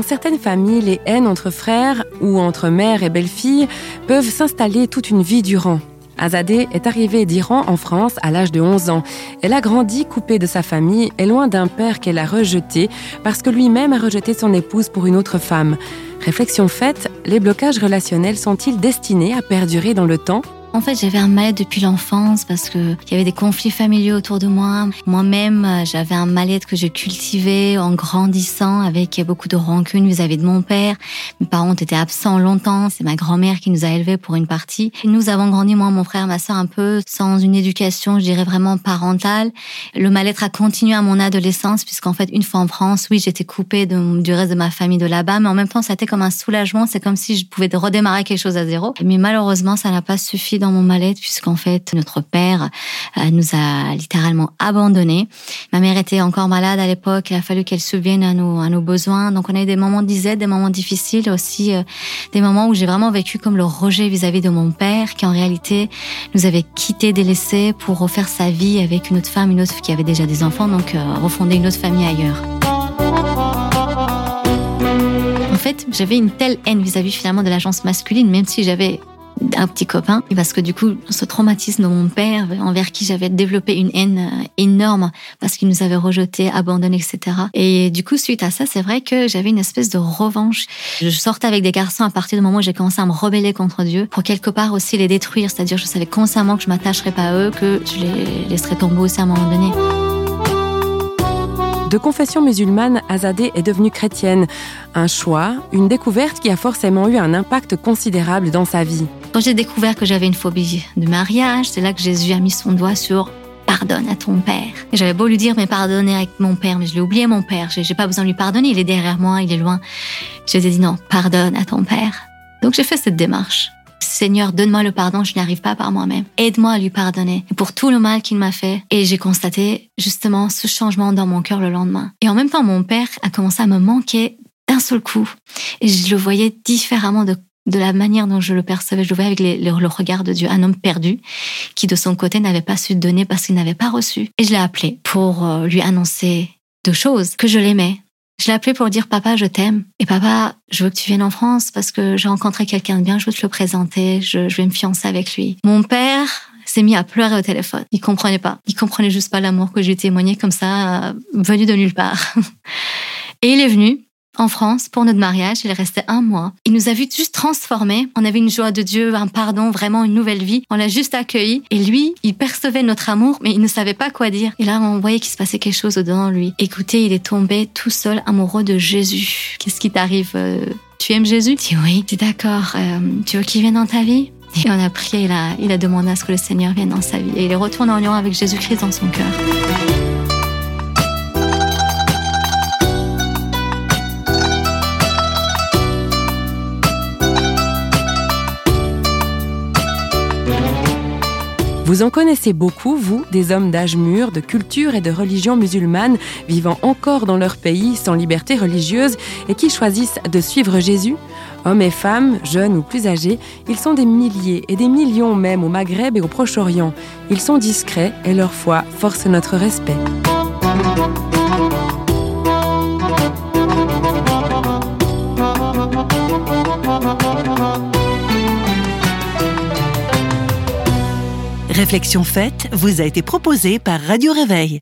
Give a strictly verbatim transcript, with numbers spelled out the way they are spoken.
certaines familles, les haines entre frères ou entre mère et belle-fille peuvent s'installer toute une vie durant. Azadeh est arrivée d'Iran en France à l'âge de onze ans. Elle a grandi coupée de sa famille et loin d'un père qu'elle a rejeté parce que lui-même a rejeté son épouse pour une autre femme. Réflexion faite, les blocages relationnels sont-ils destinés à perdurer dans le temps ? En fait, j'avais un mal-être depuis l'enfance parce que il y avait des conflits familiaux autour de moi. Moi-même, j'avais un mal-être que je cultivais en grandissant avec beaucoup de rancune vis-à-vis de mon père. Mes parents étaient absents longtemps. C'est ma grand-mère qui nous a élevés pour une partie. Nous avons grandi, moi, mon frère, ma sœur, un peu sans une éducation, je dirais vraiment parentale. Le mal-être a continué à mon adolescence puisqu'en fait, une fois en France, oui, j'étais coupée de, du reste de ma famille de là-bas, mais en même temps, ça a été comme un soulagement. C'est comme si je pouvais redémarrer quelque chose à zéro. Mais malheureusement, ça n'a pas suffi dans mon mal-être puisqu'en fait notre père euh, nous a littéralement abandonnés. Ma mère était encore malade à l'époque, il a fallu qu'elle subvienne à nos, à nos besoins. Donc on a eu des moments d'isette, des moments difficiles aussi, euh, des moments où j'ai vraiment vécu comme le rejet vis-à-vis de mon père qui en réalité nous avait quittés, délaissés pour refaire sa vie avec une autre femme, une autre qui avait déjà des enfants, donc euh, refonder une autre famille ailleurs. En fait, j'avais une telle haine vis-à-vis finalement de l'agence masculine, même si j'avais un petit copain, parce que du coup, ce traumatisme de mon père, envers qui j'avais développé une haine énorme, parce qu'il nous avait rejetés, abandonnés, et cetera. Et du coup, suite à ça, c'est vrai que j'avais une espèce de revanche. Je sortais avec des garçons à partir du moment où j'ai commencé à me rebeller contre Dieu, pour quelque part aussi les détruire, c'est-à-dire je savais consciemment que je m'attacherais pas à eux, que je les laisserais tomber aussi à un moment donné. De confession musulmane, Azadeh est devenue chrétienne. Un choix, une découverte qui a forcément eu un impact considérable dans sa vie. Quand j'ai découvert que j'avais une phobie de mariage, c'est là que Jésus a mis son doigt sur « pardonne à ton père ». Et j'avais beau lui dire « mais pardonner avec mon père », mais je l'ai oublié mon père, j'ai, j'ai pas besoin de lui pardonner, il est derrière moi, il est loin. Je lui ai dit « non, pardonne à ton père ». Donc j'ai fait cette démarche. Seigneur, donne-moi le pardon, je n'y arrive pas par moi-même. Aide-moi à lui pardonner pour tout le mal qu'il m'a fait. Et j'ai constaté justement ce changement dans mon cœur le lendemain. Et en même temps, mon père a commencé à me manquer d'un seul coup. Et je le voyais différemment de, de la manière dont je le percevais. Je le voyais avec les, le, le regard de Dieu, un homme perdu qui de son côté n'avait pas su donner parce qu'il n'avait pas reçu. Et je l'ai appelé pour lui annoncer deux choses, que je l'aimais. Je l'ai appelé pour dire « Papa, je t'aime. Et papa, je veux que tu viennes en France parce que j'ai rencontré quelqu'un de bien, je veux te le présenter, je, je vais me fiancer avec lui. » Mon père s'est mis à pleurer au téléphone. Il comprenait pas. Il comprenait juste pas l'amour que je lui témoignais comme ça, euh, venu de nulle part. Et il est venu en France pour notre mariage. Il est resté un mois. Il nous a vu juste transformés. On avait une joie de Dieu, un pardon, vraiment une nouvelle vie. On l'a juste accueilli. Et lui, il percevait notre amour, mais il ne savait pas quoi dire. Et là, on voyait qu'il se passait quelque chose au-dedans de lui. Écoutez, il est tombé tout seul amoureux de Jésus. Qu'est-ce qui t'arrive euh, Tu aimes Jésus ? Il dit oui. Il dit d'accord. Euh, tu veux qu'il vienne dans ta vie ? Et on a prié, il a, il a demandé à ce que le Seigneur vienne dans sa vie. Et il est retourné en union avec Jésus-Christ dans son cœur. Vous en connaissez beaucoup, vous, des hommes d'âge mûr, de culture et de religion musulmane, vivant encore dans leur pays sans liberté religieuse et qui choisissent de suivre Jésus ? Hommes et femmes, jeunes ou plus âgés, ils sont des milliers et des millions même au Maghreb et au Proche-Orient. Ils sont discrets et leur foi force notre respect. Réflexion faite vous a été proposée par Radio Réveil.